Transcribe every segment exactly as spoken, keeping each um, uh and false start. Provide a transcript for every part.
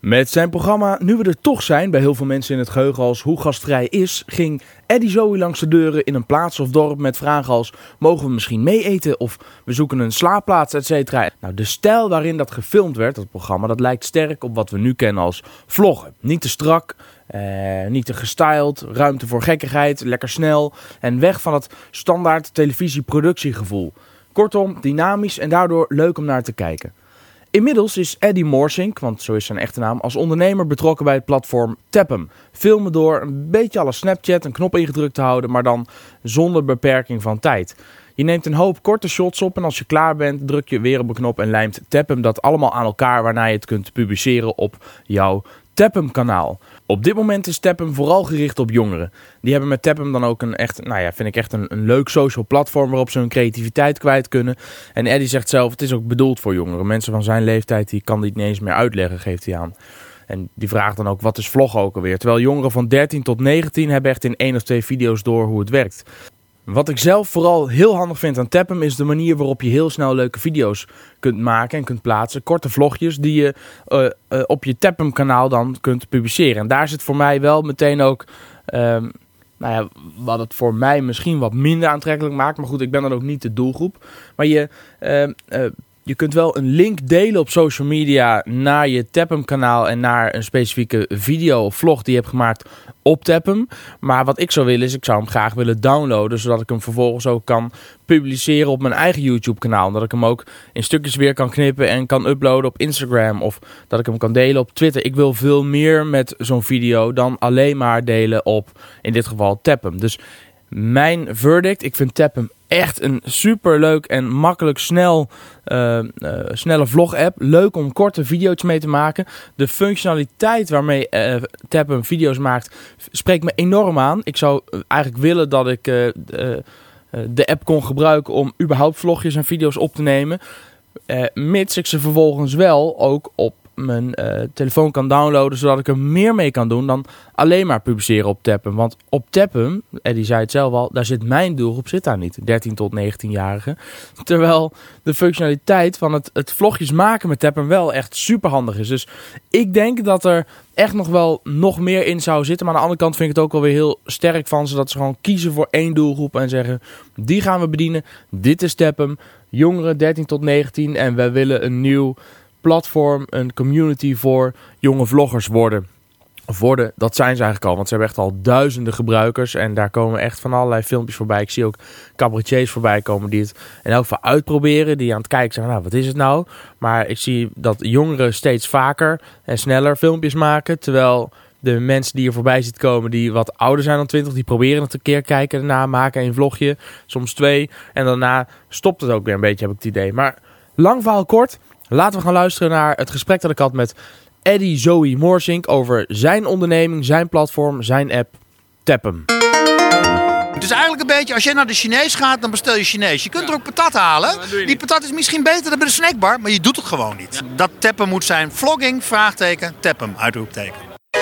Met zijn programma Nu we er toch zijn, bij heel veel mensen in het geheugen als Hoe gastvrij is, ging Eddie Zoe langs de deuren in een plaats of dorp met vragen als: mogen we misschien mee eten of we zoeken een slaapplaats, et cetera. Nou, de stijl waarin dat gefilmd werd, dat programma, dat lijkt sterk op wat we nu kennen als vloggen. Niet te strak, eh, niet te gestyled, ruimte voor gekkigheid, lekker snel en weg van het standaard televisieproductiegevoel. Kortom, dynamisch en daardoor leuk om naar te kijken. Inmiddels is Eddie Moorsink, want zo is zijn echte naam, als ondernemer betrokken bij het platform Tappem. Filmen door een beetje alle Snapchat een knop ingedrukt te houden, maar dan zonder beperking van tijd. Je neemt een hoop korte shots op en als je klaar bent druk je weer op een knop en lijmt Tappem dat allemaal aan elkaar, waarna je het kunt publiceren op jouw Tappem kanaal. Op dit moment is Tappem vooral gericht op jongeren. Die hebben met Tappem dan ook een echt, nou ja, vind ik echt een, een leuk social platform waarop ze hun creativiteit kwijt kunnen. En Eddie zegt zelf, het is ook bedoeld voor jongeren. Mensen van zijn leeftijd, die kan dit niet eens meer uitleggen, geeft hij aan. En die vraagt dan ook, wat is vloggen ook alweer? Terwijl jongeren van dertien tot negentien hebben echt in één of twee video's door hoe het werkt. Wat ik zelf vooral heel handig vind aan Tappem is de manier waarop je heel snel leuke video's kunt maken en kunt plaatsen. Korte vlogjes die je uh, uh, op je Tappem kanaal dan kunt publiceren. En daar zit voor mij wel meteen ook, uh, nou ja, wat het voor mij misschien wat minder aantrekkelijk maakt. Maar goed, ik ben dan ook niet de doelgroep. Maar je... Uh, uh, Je kunt wel een link delen op social media naar je Tappem kanaal en naar een specifieke video of vlog die je hebt gemaakt op Tappem. Maar wat ik zou willen is, ik zou hem graag willen downloaden, zodat ik hem vervolgens ook kan publiceren op mijn eigen YouTube kanaal. Dat ik hem ook in stukjes weer kan knippen en kan uploaden op Instagram of dat ik hem kan delen op Twitter. Ik wil veel meer met zo'n video dan alleen maar delen op, in dit geval, Tappem. Dus mijn verdict, ik vind Tappem echt een superleuk en makkelijk snel, uh, uh, snelle vlog-app. Leuk om korte video's mee te maken. De functionaliteit waarmee uh, Tappem video's maakt, spreekt me enorm aan. Ik zou eigenlijk willen dat ik uh, uh, de app kon gebruiken om überhaupt vlogjes en video's op te nemen. Uh, mits ik ze vervolgens wel ook op mijn uh, telefoon kan downloaden, zodat ik er meer mee kan doen dan alleen maar publiceren op Tappem. Want op Tappem, Eddie zei het zelf al, daar zit mijn doelgroep zit daar niet. dertien tot negentien-jarigen. Terwijl de functionaliteit van het, het vlogjes maken met Tappem wel echt super handig is. Dus ik denk dat er echt nog wel nog meer in zou zitten. Maar aan de andere kant vind ik het ook wel weer heel sterk van ze dat ze gewoon kiezen voor één doelgroep en zeggen, die gaan we bedienen. Dit is Tappem. Jongeren dertien tot negentien en wij willen een nieuw platform, een community voor jonge vloggers worden. Of worden, dat zijn ze eigenlijk al, want ze hebben echt al duizenden gebruikers en daar komen echt van allerlei filmpjes voorbij. Ik zie ook cabaretiers voorbij komen die het in elk geval uitproberen, die aan het kijken zijn, nou wat is het nou? Maar ik zie dat jongeren steeds vaker en sneller filmpjes maken, terwijl de mensen die er voorbij ziet komen, die wat ouder zijn dan twintig, die proberen het een keer kijken, daarna maken een vlogje, soms twee, en daarna stopt het ook weer een beetje, heb ik het idee. Maar lang verhaal kort, laten we gaan luisteren naar het gesprek dat ik had met Eddie Zoe Moorsink over zijn onderneming, zijn platform, zijn app Tappem. Het is eigenlijk een beetje, als je naar de Chinees gaat, dan bestel je Chinees. Je kunt ja. er ook patat halen. Ja, die patat is misschien beter dan bij de snackbar, maar je doet het gewoon niet. Ja. Dat Tappem moet zijn vlogging, vraagteken, Tappem, uitroepteken.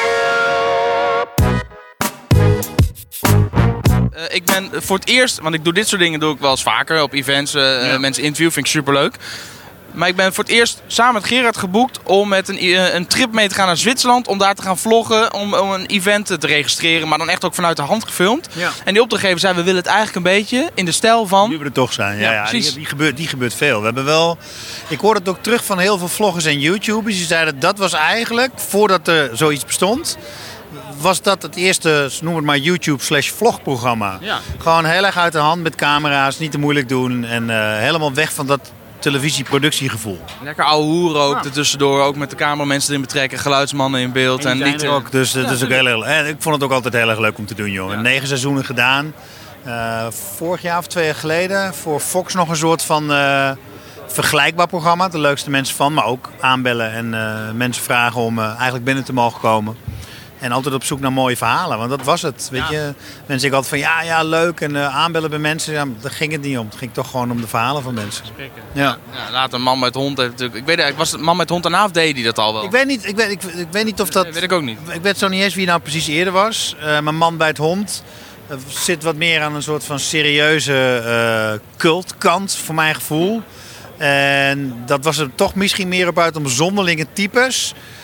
Uh, ik ben voor het eerst, want ik doe dit soort dingen doe ik wel eens vaker op events, uh, ja. mensen interviewen, vind ik superleuk. Maar ik ben voor het eerst samen met Gerard geboekt om met een, een trip mee te gaan naar Zwitserland. Om daar te gaan vloggen, om, om een event te registreren. Maar dan echt ook vanuit de hand gefilmd. Ja. En die opdrachtgever zei, we willen het eigenlijk een beetje in de stijl van... Nu we er toch zijn, ja. ja, ja die, die, gebeurt, die gebeurt veel. We hebben wel... Ik hoorde het ook terug van heel veel vloggers en YouTubers. Die zeiden, dat was eigenlijk, voordat er zoiets bestond... was dat het eerste, noem het maar, YouTube slash vlogprogramma. Ja. Gewoon heel erg uit de hand met camera's, niet te moeilijk doen. En uh, helemaal weg van dat televisieproductiegevoel. Lekker ouwe hoeren ook, ja. ertussendoor. Ook met de cameramensen erin betrekken, geluidsmannen in beeld. En, en niet er ook, dus, ja, dat is ook heel erg, en ik vond het ook altijd heel erg leuk om te doen, joh. Ja. Negen seizoenen gedaan. Uh, vorig jaar of twee jaar geleden voor Fox nog een soort van uh, vergelijkbaar programma. De leukste mensen van, maar ook aanbellen en uh, mensen vragen om uh, eigenlijk binnen te mogen komen. En altijd op zoek naar mooie verhalen, want dat was het. Weet ja. je? Mensen zeggen altijd van ja, ja, leuk en uh, aanbellen bij mensen. Ja, daar ging het niet om. Het ging toch gewoon om de verhalen van mensen. Ja. Ja, ja, later een man met hond heeft natuurlijk. Ik weet ik was het man met hond en af deed die dat al wel. Ik weet niet, ik weet, ik, ik weet niet of dat. Nee, weet ik ook niet. Ik weet zo niet eens wie nou precies eerder was. Uh, mijn man bij het hond uh, zit wat meer aan een soort van serieuze uh, cultkant voor mijn gevoel. En dat was er toch misschien meer op uit om zonderlinge types.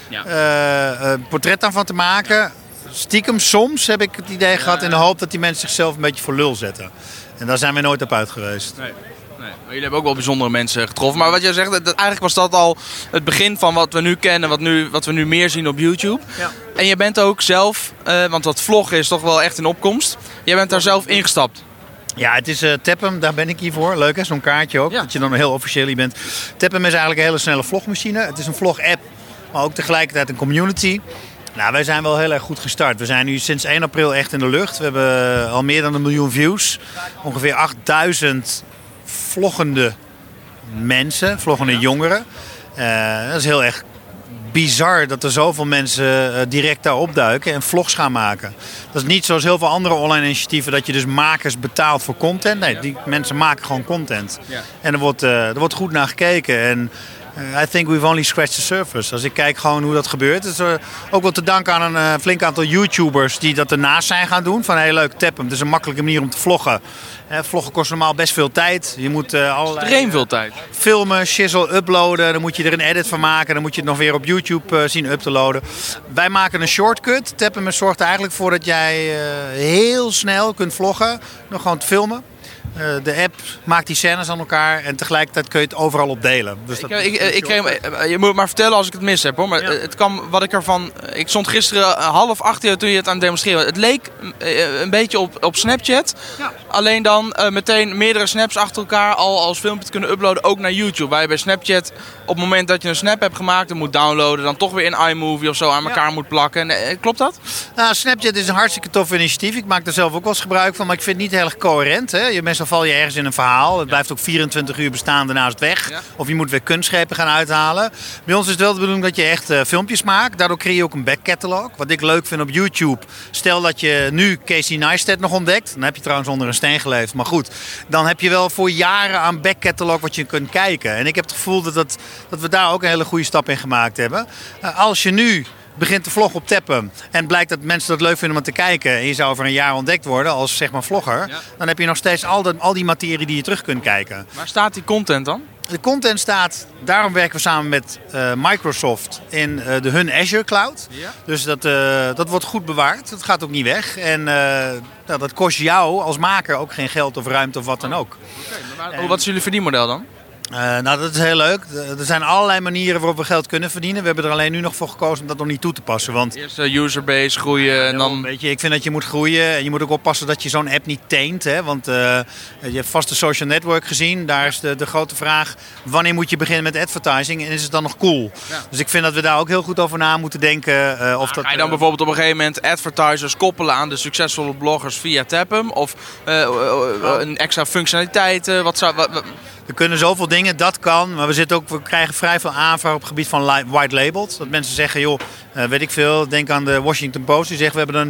Ja. Uh, uh, portret aan van te maken. Stiekem soms heb ik het idee ja, gehad in de hoop dat die mensen zichzelf een beetje voor lul zetten. En daar zijn we nooit op uit geweest. Nee. Nee, maar jullie hebben ook wel bijzondere mensen getroffen. Maar wat jij zegt, dat, eigenlijk was dat al het begin van wat we nu kennen, wat, nu, wat we nu meer zien op YouTube. Ja. En je bent ook zelf, uh, want dat vloggen is toch wel echt in opkomst. Jij bent daar zelf ingestapt. Ja, het is uh, Tapham, daar ben ik hier voor. Leuk hè, zo'n kaartje ook, ja. Dat je dan heel officieel hier bent. Tapham is eigenlijk een hele snelle vlogmachine. Het is een vlog-app, maar ook tegelijkertijd een community. Nou, wij zijn wel heel erg goed gestart. We zijn nu sinds één april echt in de lucht. We hebben al meer dan een miljoen views. Ongeveer achtduizend vloggende mensen, vloggende ja. jongeren. Uh, dat is heel erg bizar dat er zoveel mensen uh, direct daar opduiken en vlogs gaan maken. Dat is niet zoals heel veel andere online initiatieven dat je dus makers betaalt voor content. Nee, die mensen maken gewoon content. Ja. En er wordt, uh, er wordt goed naar gekeken. En Uh, I think we've only scratched the surface. Als ik kijk gewoon hoe dat gebeurt. Het is uh, ook wel te danken aan een uh, flink aantal YouTubers die dat ernaast zijn gaan doen. Van heel leuk, Tapham. Het is een makkelijke manier om te vloggen. Uh, vloggen kost normaal best veel tijd. Je moet uh, allerlei, extreem veel tijd. Uh, filmen, shizzle, uploaden. Dan moet je er een edit van maken. Dan moet je het nog weer op YouTube uh, zien up te loaden. Wij maken een shortcut. Tapham zorgt er eigenlijk voor dat jij uh, heel snel kunt vloggen. Nog gewoon te filmen. Uh, de app maakt die scènes aan elkaar en tegelijkertijd kun je het overal op delen. Dus dat ik, ik, ik kreeg, je moet maar vertellen als ik het mis heb hoor. Maar ja. het kan, wat ik ervan. Ik stond gisteren half acht uur toen je het aan het demonstreren was. Het leek een beetje op, op Snapchat. Ja. Alleen dan uh, meteen meerdere snaps achter elkaar al als filmpje te kunnen uploaden ook naar YouTube. Waar je bij Snapchat op het moment dat je een snap hebt gemaakt en moet downloaden, dan toch weer in iMovie of zo aan elkaar ja. moet plakken. En, klopt dat? Nou, Snapchat is een hartstikke tof initiatief. Ik maak er zelf ook wel eens gebruik van, maar ik vind het niet heel erg coherent. Hè? Je meestal val je ergens in een verhaal. Het blijft ook vierentwintig uur bestaan, daarna is het weg. Ja. Of je moet weer kunstgrepen gaan uithalen. Bij ons is het wel de bedoeling dat je echt uh, filmpjes maakt. Daardoor creëer je ook een backcatalog. Wat ik leuk vind op YouTube. Stel dat je nu Casey Neistat nog ontdekt. Dan heb je trouwens onder een steen geleefd. Maar goed, dan heb je wel voor jaren aan backcatalog wat je kunt kijken. En ik heb het gevoel dat, dat, dat we daar ook een hele goede stap in gemaakt hebben. Uh, als je nu begint te vloggen op Tapham en blijkt dat mensen dat leuk vinden om te kijken en je zou over een jaar ontdekt worden als zeg maar vlogger, ja. dan heb je nog steeds al, de, al die materie die je terug kunt kijken. Waar staat die content dan? De content staat, daarom werken we samen met uh, Microsoft in uh, de hun Azure Cloud. Ja. Dus dat, uh, dat wordt goed bewaard, dat gaat ook niet weg. En uh, nou, dat kost jou als maker ook geen geld of ruimte of wat dan ook. Okay, maar en, wat is jullie verdienmodel dan? Uh, nou, dat is heel leuk. Er zijn allerlei manieren waarop we geld kunnen verdienen. We hebben er alleen nu nog voor gekozen om dat nog niet toe te passen. Want eerst uh, userbase groeien ja, en dan... Weet je, ik vind dat je moet groeien. En je moet ook oppassen dat je zo'n app niet teent. Hè? Want uh, je hebt vast de social network gezien. Daar is de, de grote vraag, wanneer moet je beginnen met advertising? En is het dan nog cool? Ja. Dus ik vind dat we daar ook heel goed over na moeten denken. Uh, of ja, dat, ga je dan uh, bijvoorbeeld op een gegeven moment advertisers koppelen aan de succesvolle bloggers via Tapham? Of uh, uh, uh, een extra functionaliteit? Uh, wat zou... Wat, wat... Er kunnen zoveel dingen, dat kan. Maar we, zitten ook, we krijgen vrij veel aanvraag op het gebied van white labeled. Dat mensen zeggen, joh, uh, weet ik veel. Denk aan de Washington Post. Die zegt, we hebben een,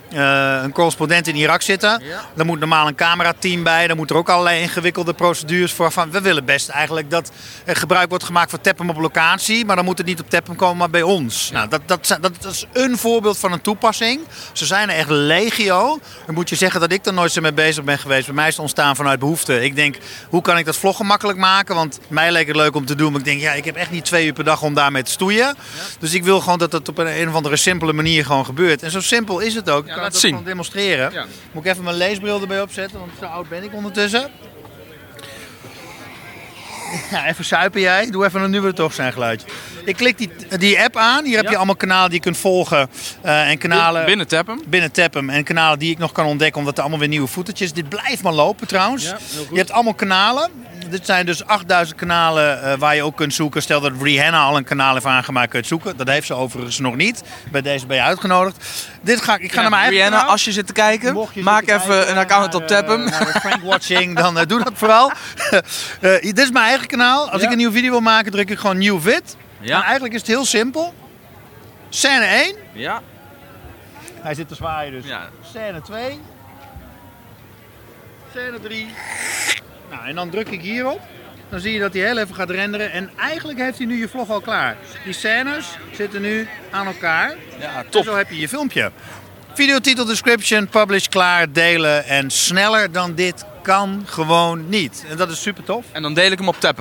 uh, een correspondent in Irak zitten. Ja. Daar moet normaal een camerateam bij. Daar moeten er ook allerlei ingewikkelde procedures voor. Van, we willen best eigenlijk dat er gebruik wordt gemaakt van Tapham op locatie. Maar dan moet het niet op Tapham komen, maar bij ons. Ja. Nou, dat, dat, dat, dat is een voorbeeld van een toepassing. Ze zijn er echt legio. Dan moet je zeggen dat ik er nooit zo mee bezig ben geweest. Bij mij is het ontstaan vanuit behoefte. Ik denk, hoe kan ik dat vloggen makkelijk maken? Want mij leek het leuk om te doen. Maar ik denk, ja, ik heb echt niet twee uur per dag om daarmee te stoeien. Ja. Dus ik wil gewoon dat het op een, een of andere simpele manier gewoon gebeurt. En zo simpel is het ook. Ik ja, kan het zien. gewoon demonstreren. Ja. Moet ik even mijn leesbril erbij opzetten, want zo oud ben ik ondertussen. Ja, even suipen jij. Doe even een nu weer toch zijn geluidje. Ik klik die, die app aan. Hier heb ja. je allemaal kanalen die je kunt volgen. Uh, en kanalen binnen Tapham. Binnen Tapham. En kanalen die ik nog kan ontdekken, omdat er allemaal weer nieuwe footage is. Dit blijft maar lopen trouwens. Ja, je hebt allemaal kanalen. Dit zijn dus achtduizend kanalen uh, waar je ook kunt zoeken. Stel dat Rihanna al een kanaal heeft aangemaakt, kun je het zoeken. Dat heeft ze overigens nog niet. Bij deze ben je uitgenodigd. Dit ga, ik ga ja, naar mijn eigen Rihanna, kanaal. Als je zit te kijken, maak even kijken, een account op Tapham. Uh, Frankwatching, dan uh, doe dat vooral. uh, dit is mijn eigen kanaal. Als ja. ik een nieuwe video wil maken, druk ik gewoon nieuw vid. Ja. En eigenlijk is het heel simpel. Scène één. Ja. Hij zit te zwaaien dus. Ja. Scène twee. Scène drie. Nou, en dan druk ik hierop. Dan zie je dat hij heel even gaat renderen. En eigenlijk heeft hij nu je vlog al klaar. Die scènes zitten nu aan elkaar. Ja, top. En zo heb je je filmpje. Videotitel, description, publish, klaar, delen. En sneller dan dit kan gewoon niet. En dat is super tof. En dan deel ik hem op Tapham.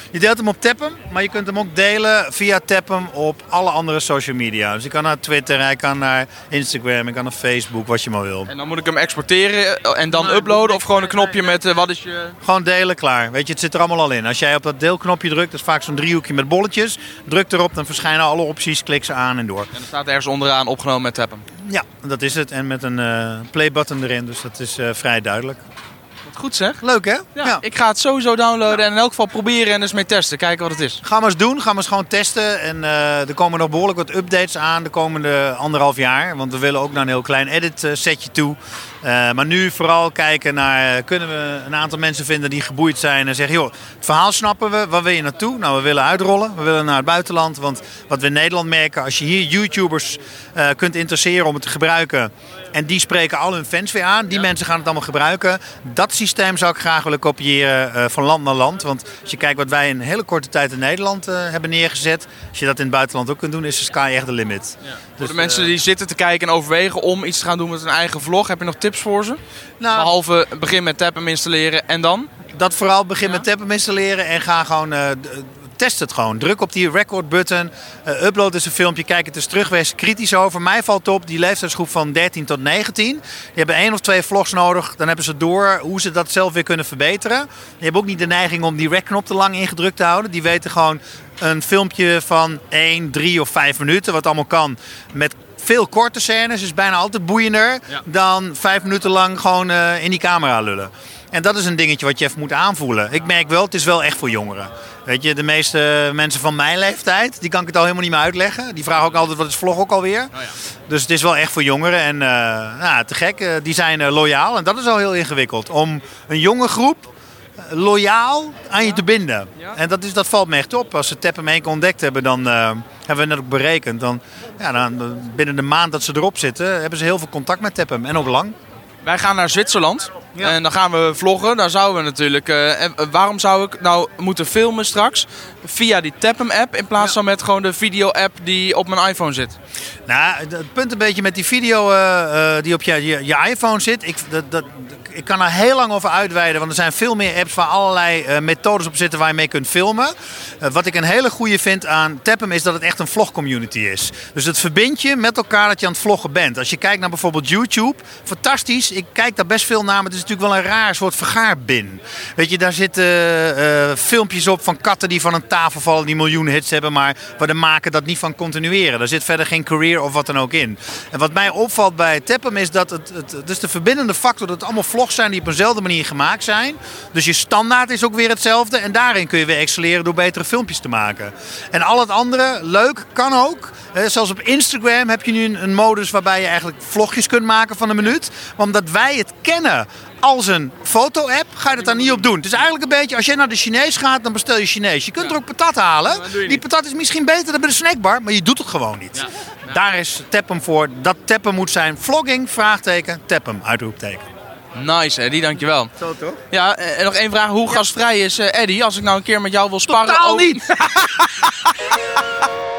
Je deelt hem op Tapham, maar je kunt hem ook delen via Tapham op alle andere social media. Dus je kan naar Twitter, hij kan naar Instagram, je kan naar Facebook, wat je maar wil. En dan moet ik hem exporteren en dan nee, uploaden of gewoon een knopje met uh, wat is je... Gewoon delen, klaar. Weet je, het zit er allemaal al in. Als jij op dat deelknopje drukt, dat is vaak zo'n driehoekje met bolletjes. Druk erop, dan verschijnen alle opties, klik ze aan en door. En er staat ergens onderaan opgenomen met Tapham. Ja, dat is het. En met een uh, playbutton erin, dus dat is uh, vrij duidelijk. Goed zeg. Leuk hè? Ja, ja. Ik ga het sowieso downloaden ja. en in elk geval proberen en eens mee testen. Kijken wat het is. Ga maar eens doen. Ga maar eens gewoon testen. En uh, er komen nog behoorlijk wat updates aan de komende anderhalf jaar. Want we willen ook naar een heel klein edit setje toe. Uh, maar nu vooral kijken naar, uh, kunnen we een aantal mensen vinden die geboeid zijn en zeggen, joh, het verhaal snappen we, waar wil je naartoe? Nou, we willen uitrollen, we willen naar het buitenland. Want wat we in Nederland merken, als je hier YouTubers uh, kunt interesseren om het te gebruiken en die spreken al hun fans weer aan, die ja. mensen gaan het allemaal gebruiken. Dat systeem zou ik graag willen kopiëren uh, van land naar land. Want als je kijkt wat wij in een hele korte tijd in Nederland uh, hebben neergezet, als je dat in het buitenland ook kunt doen, is de sky echt de limit. Ja. Dus, voor de mensen die zitten te kijken en overwegen om iets te gaan doen met een eigen vlog, heb je nog tips voor ze? Nou, behalve begin met Tapham installeren en dan? Dat vooral begin ja. met Tapham installeren en ga gewoon... Uh, test het gewoon. Druk op die record button. Uh, upload eens een filmpje. Kijk het eens terug. Wees kritisch over. Mij valt op die leeftijdsgroep van dertien tot negentien. Die hebben één of twee vlogs nodig. Dan hebben ze door hoe ze dat zelf weer kunnen verbeteren. Je hebt ook niet de neiging om die rec-knop te lang ingedrukt te houden. Die weten gewoon een filmpje van één, drie of vijf minuten. Wat allemaal kan met veel korte scènes. Is bijna altijd boeiender ja. dan vijf minuten lang gewoon uh, in die camera lullen. En dat is een dingetje wat je even moet aanvoelen. Ik merk wel, het is wel echt voor jongeren. Weet je, de meeste mensen van mijn leeftijd, die kan ik het al helemaal niet meer uitleggen. Die vragen ook altijd, wat is vlog ook alweer? Oh ja. Dus het is wel echt voor jongeren. En uh, nou, te gek, uh, die zijn uh, loyaal. En dat is al heel ingewikkeld. Om een jonge groep uh, loyaal aan je te binden. Ja. En dat, is, dat valt me echt op. Als ze Tapham één keer ontdekt hebben, dan uh, hebben we net ook berekend. Dan, ja, dan, binnen de maand dat ze erop zitten, hebben ze heel veel contact met Tapham. En ook lang. Wij gaan naar Zwitserland. Ja. En dan gaan we vloggen. Daar zouden we natuurlijk... Uh, waarom zou ik nou moeten filmen straks via die Tapham app in plaats ja. van met gewoon de video app die op mijn iPhone zit? Nou, het punt een beetje met die video uh, uh, die op je, je, je iPhone zit. Ik, dat, dat, ik kan er heel lang over uitweiden. Want er zijn veel meer apps waar allerlei uh, methodes op zitten waar je mee kunt filmen. Uh, wat ik een hele goede vind aan Tapham is dat het echt een vlogcommunity is. Dus het verbindt je met elkaar dat je aan het vloggen bent. Als je kijkt naar bijvoorbeeld YouTube. Fantastisch. Ik kijk daar best veel naar. Maar het is natuurlijk wel een raar soort vergaarbin. Weet je, daar zitten uh, uh, filmpjes op van katten die van een tafel vallen. Die miljoenen hits hebben. Maar waar de maker dat niet van continueren. Daar zit verder geen career of wat dan ook in. En wat mij opvalt bij Tapham is dat het, het, het is de verbindende factor dat het allemaal vlogs zijn die op eenzelfde manier gemaakt zijn. Dus je standaard is ook weer hetzelfde. En daarin kun je weer excelleren door betere filmpjes te maken. En al het andere, leuk, kan ook. Eh, zelfs op Instagram heb je nu een, een modus waarbij je eigenlijk vlogjes kunt maken van een minuut. Maar omdat wij het kennen als een foto-app, ga je het daar niet op doen. Het is eigenlijk een beetje, als je naar de Chinees gaat, dan bestel je Chinees. Je kunt ja. er ook patat halen. Ja, die patat is misschien beter dan bij de snackbar, maar je doet het gewoon niet. Ja. Ja. Daar is Tapham voor. Dat Tapham moet zijn. Vlogging, vraagteken, Tapham, uitroepteken. Nice, Eddie, dankjewel. Zo toch? Ja, en nog één vraag. Hoe gastvrij is uh, Eddie als ik nou een keer met jou wil sparren? Totaal niet!